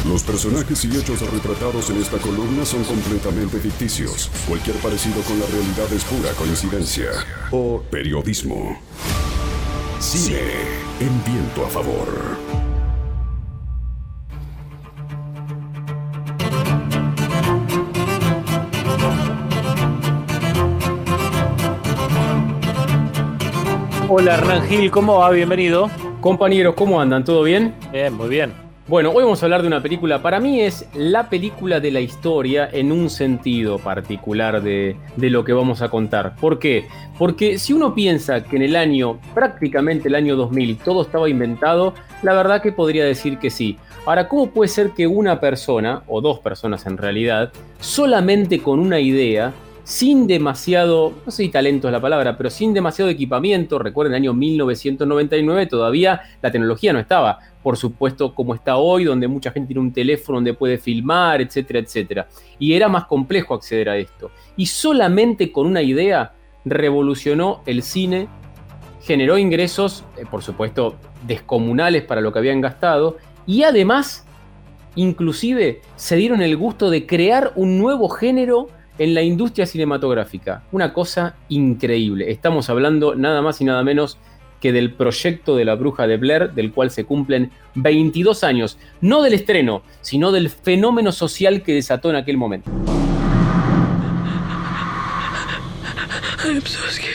Los personajes y hechos retratados en esta columna son completamente ficticios. Cualquier parecido con la realidad es pura coincidencia o periodismo. Cine en viento a favor. Hola Hernán Gil, ¿cómo va? Bienvenido. Compañeros, ¿cómo andan? ¿Todo bien? Bien, muy bien. Bueno, hoy vamos a hablar de una película, para mí es la película de la historia en un sentido particular de lo que vamos a contar. ¿Por qué? Porque si uno piensa que en el año, prácticamente el año 2000, todo estaba inventado, la verdad que podría decir que sí. Ahora, ¿cómo puede ser que una persona, o dos personas en realidad, solamente con una idea, sin demasiado, no sé si talento es la palabra, pero sin demasiado equipamiento? Recuerden, el año 1999 todavía la tecnología no estaba, por supuesto, como está hoy, donde mucha gente tiene un teléfono donde puede filmar, etcétera, etcétera. Y era más complejo acceder a esto. Y solamente con una idea revolucionó el cine, generó ingresos, por supuesto, descomunales para lo que habían gastado, y además, inclusive, se dieron el gusto de crear un nuevo género en la industria cinematográfica. Una cosa increíble. Estamos hablando nada más y nada menos que del proyecto de La Bruja de Blair, del cual se cumplen 22 años. No del estreno, sino del fenómeno social que desató en aquel momento. I'm so scared.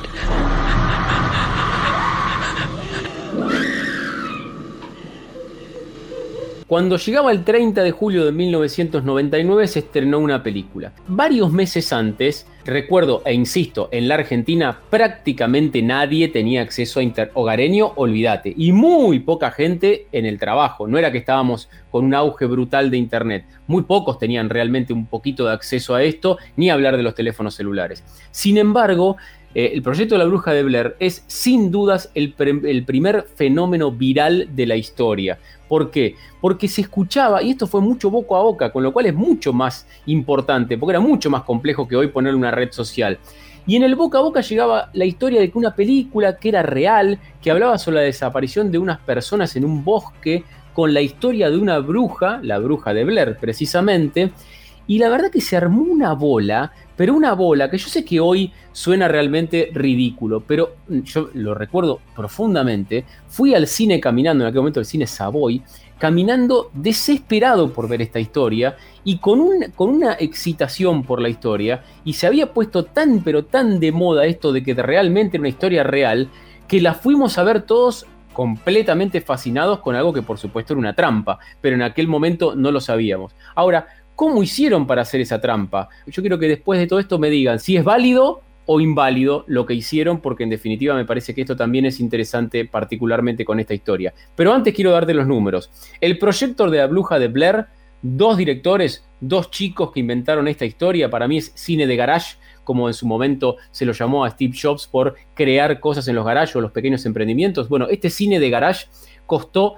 Cuando llegaba el 30 de julio de 1999 se estrenó una película. Varios meses antes, recuerdo e insisto, en la Argentina prácticamente nadie tenía acceso a hogareño, olvídate. Y muy poca gente en el trabajo. No era que estábamos con un auge brutal de internet. Muy pocos tenían realmente un poquito de acceso a esto, ni hablar de los teléfonos celulares. Sin embargo, el proyecto de La Bruja de Blair es sin dudas el primer fenómeno viral de la historia. ¿Por qué? Porque se escuchaba, y esto fue mucho boca a boca, con lo cual es mucho más importante, porque era mucho más complejo que hoy ponerle una red social. Y en el boca a boca llegaba la historia de que una película que era real, que hablaba sobre la desaparición de unas personas en un bosque, con la historia de una bruja, la Bruja de Blair precisamente, y la verdad que se armó una bola, pero una bola que yo sé que hoy suena realmente ridículo, pero yo lo recuerdo profundamente. Fui al cine caminando, en aquel momento el cine Savoy, caminando desesperado por ver esta historia y con una excitación por la historia, y se había puesto tan pero tan de moda esto de que realmente era una historia real, que la fuimos a ver todos completamente fascinados con algo que por supuesto era una trampa, pero en aquel momento no lo sabíamos. Ahora, ¿cómo hicieron para hacer esa trampa? Yo quiero que después de todo esto me digan si es válido o inválido lo que hicieron, porque en definitiva me parece que esto también es interesante, particularmente con esta historia. Pero antes quiero darte los números. El proyecto de La Bruja de Blair, 2 directores, 2 chicos que inventaron esta historia. Para mí es cine de garage, como en su momento se lo llamó a Steve Jobs por crear cosas en los garages o los pequeños emprendimientos. Bueno, este cine de garage costó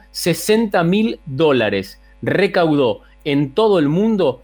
$60.000, recaudó en todo el mundo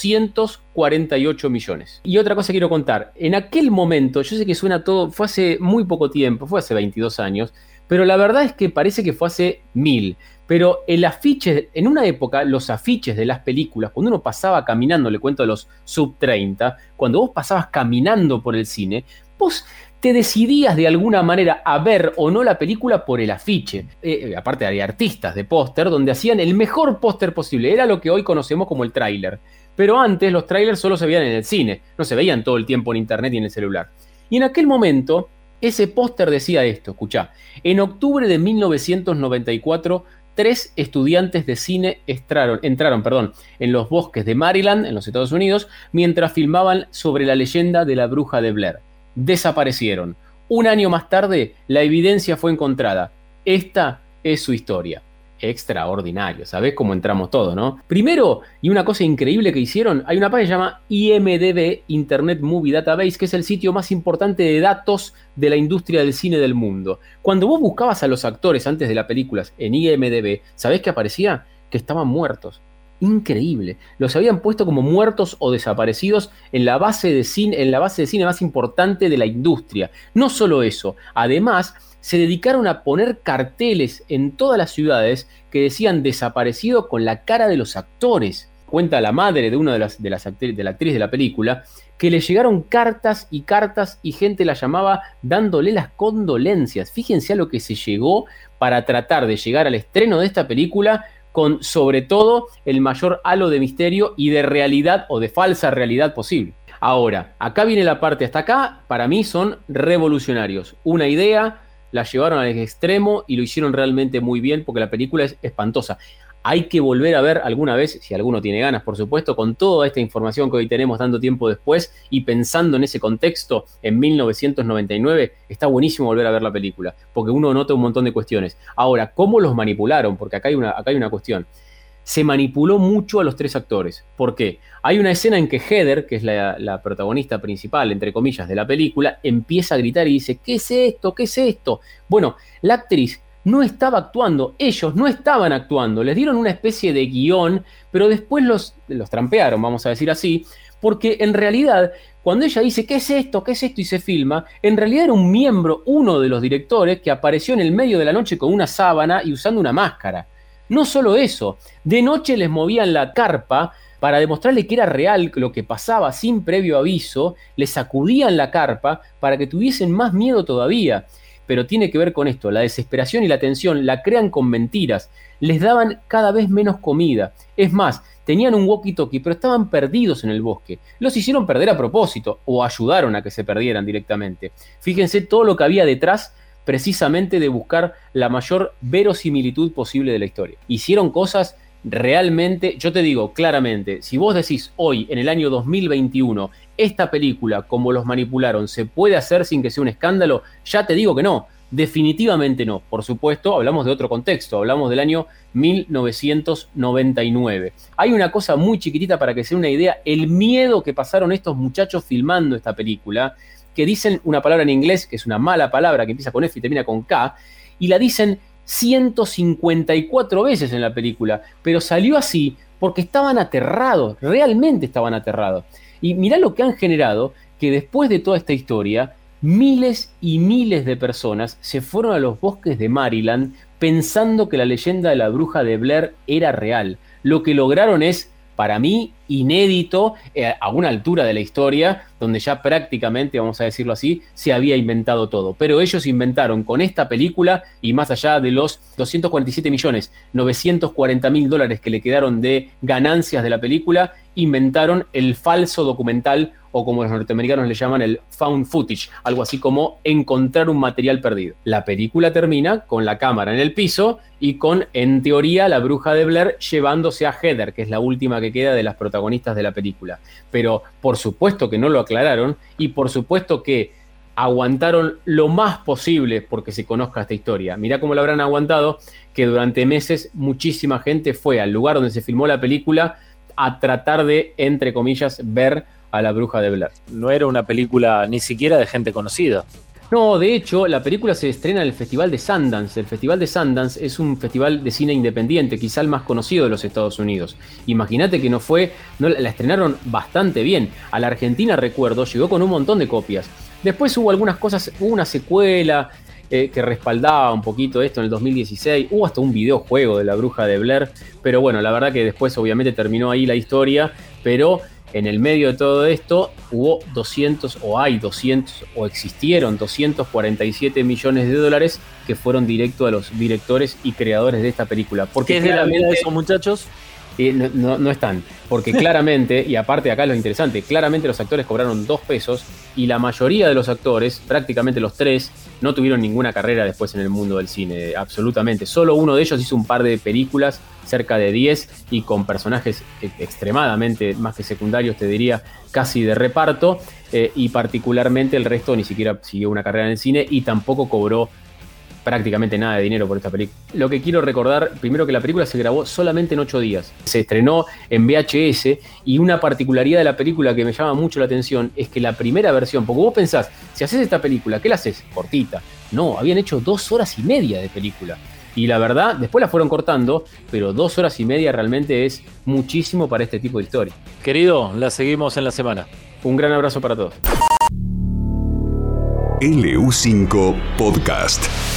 248 millones. Y otra cosa quiero contar, en aquel momento, yo sé que suena todo, fue hace muy poco tiempo, fue hace 22 años, pero la verdad es que parece que fue hace 1000. Pero el afiche, en una época, los afiches de las películas, cuando uno pasaba caminando, le cuento de los sub 30, cuando vos pasabas caminando por el cine, vos te decidías de alguna manera a ver o no la película por el afiche. Aparte había artistas de póster donde hacían el mejor póster posible. Era lo que hoy conocemos como el tráiler. Pero antes los tráilers solo se veían en el cine, no se veían todo el tiempo en internet y en el celular. Y en aquel momento, ese póster decía esto, escuchá. En octubre de 1994, 3 estudiantes de cine entraron en los bosques de Maryland, en los Estados Unidos, mientras filmaban sobre la leyenda de La Bruja de Blair. Desaparecieron. Un año más tarde, la evidencia fue encontrada. Esta es su historia. Extraordinario, ¿sabés cómo entramos todos, no? Primero, y una cosa increíble que hicieron, hay una página que se llama IMDb, Internet Movie Database, que es el sitio más importante de datos de la industria del cine del mundo. Cuando vos buscabas a los actores antes de las películas en IMDb, ¿sabés qué aparecía? Que estaban muertos. Increíble. Los habían puesto como muertos o desaparecidos en la base de cine más importante de la industria. No solo eso, además se dedicaron a poner carteles en todas las ciudades que decían desaparecido con la cara de los actores. Cuenta la madre de una de la actriz de la película, que le llegaron cartas y gente la llamaba dándole las condolencias. Fíjense a lo que se llegó para tratar de llegar al estreno de esta película con, sobre todo, el mayor halo de misterio y de realidad o de falsa realidad posible. Ahora, acá viene la parte hasta acá, para mí son revolucionarios. Una idea, la llevaron al extremo y lo hicieron realmente muy bien porque la película es espantosa. Hay que volver a ver alguna vez, si alguno tiene ganas, por supuesto, con toda esta información que hoy tenemos tanto tiempo después y pensando en ese contexto en 1999, está buenísimo volver a ver la película, porque uno nota un montón de cuestiones. Ahora, ¿cómo los manipularon? Porque acá hay una cuestión. Se manipuló mucho a los tres actores. ¿Por qué? Hay una escena en que Heather, que es la protagonista principal, entre comillas, de la película, empieza a gritar y dice, ¿qué es esto? ¿Qué es esto? Bueno, la actriz no estaba actuando, ellos no estaban actuando, les dieron una especie de guión, pero después los trampearon, vamos a decir así, porque en realidad, cuando ella dice, ¿qué es esto? ¿Qué es esto? Y se filma, en realidad era un miembro, uno de los directores, que apareció en el medio de la noche con una sábana y usando una máscara. No solo eso, de noche les movían la carpa para demostrarle que era real lo que pasaba sin previo aviso, les sacudían la carpa para que tuviesen más miedo todavía. Pero tiene que ver con esto, la desesperación y la tensión la crean con mentiras, les daban cada vez menos comida, es más, tenían un walkie-talkie pero estaban perdidos en el bosque, los hicieron perder a propósito o ayudaron a que se perdieran directamente. Fíjense todo lo que había detrás precisamente de buscar la mayor verosimilitud posible de la historia. Hicieron cosas realmente, yo te digo claramente, si vos decís hoy, en el año 2021, esta película, como los manipularon, ¿se puede hacer sin que sea un escándalo? Ya te digo que no, definitivamente no. Por supuesto, hablamos de otro contexto, hablamos del año 1999. Hay una cosa muy chiquitita para que se den una idea, el miedo que pasaron estos muchachos filmando esta película, que dicen una palabra en inglés, que es una mala palabra, que empieza con F y termina con K, y la dicen 154 veces en la película, pero salió así porque estaban aterrados, realmente estaban aterrados. Y mirá lo que han generado, que después de toda esta historia, miles y miles de personas se fueron a los bosques de Maryland pensando que la leyenda de la bruja de Blair era real. Lo que lograron es, para mí, inédito a una altura de la historia, donde ya prácticamente, vamos a decirlo así, se había inventado todo. Pero ellos inventaron con esta película, y más allá de los 247.940.000 que le quedaron de ganancias de la película, inventaron el falso documental, o como los norteamericanos le llaman el found footage, algo así como encontrar un material perdido. La película termina con la cámara en el piso y con, en teoría, la bruja de Blair llevándose a Heather, que es la última que queda de las protagonistas de la película. Pero por supuesto que no lo aclararon y por supuesto que aguantaron lo más posible porque se conozca esta historia. Mirá cómo lo habrán aguantado, que durante meses muchísima gente fue al lugar donde se filmó la película a tratar de, entre comillas, ver a la bruja de Blair. No era una película ni siquiera de gente conocida. No, de hecho, la película se estrena en el Festival de Sundance. El Festival de Sundance es un festival de cine independiente, quizá el más conocido de los Estados Unidos. Imagínate que la estrenaron bastante bien. A la Argentina, recuerdo, llegó con un montón de copias. Después hubo algunas cosas, hubo una secuela que respaldaba un poquito esto en el 2016. Hubo hasta un videojuego de la bruja de Blair. Pero bueno, la verdad que después obviamente terminó ahí la historia, pero en el medio de todo esto hubo existieron 247 millones de dólares que fueron directo a los directores y creadores de esta película. Porque ¿qué es de la vida de esos muchachos? No están, porque claramente, y aparte acá es lo interesante, claramente los actores cobraron 2 pesos y la mayoría de los actores, prácticamente los 3, no tuvieron ninguna carrera después en el mundo del cine, absolutamente. Solo uno de ellos hizo un par de películas, cerca de 10, y con personajes extremadamente, más que secundarios, te diría, casi de reparto, y particularmente el resto ni siquiera siguió una carrera en el cine y tampoco cobró prácticamente nada de dinero por esta película. Lo que quiero recordar, primero, que la película se grabó solamente en 8 días. Se estrenó en VHS y una particularidad de la película que me llama mucho la atención es que la primera versión, porque vos pensás, si haces esta película, ¿qué la haces? Cortita. No, habían hecho 2 horas y media de película. Y la verdad, después la fueron cortando, pero 2 horas y media realmente es muchísimo para este tipo de historia. Querido, la seguimos en la semana. Un gran abrazo para todos. LU5 Podcast.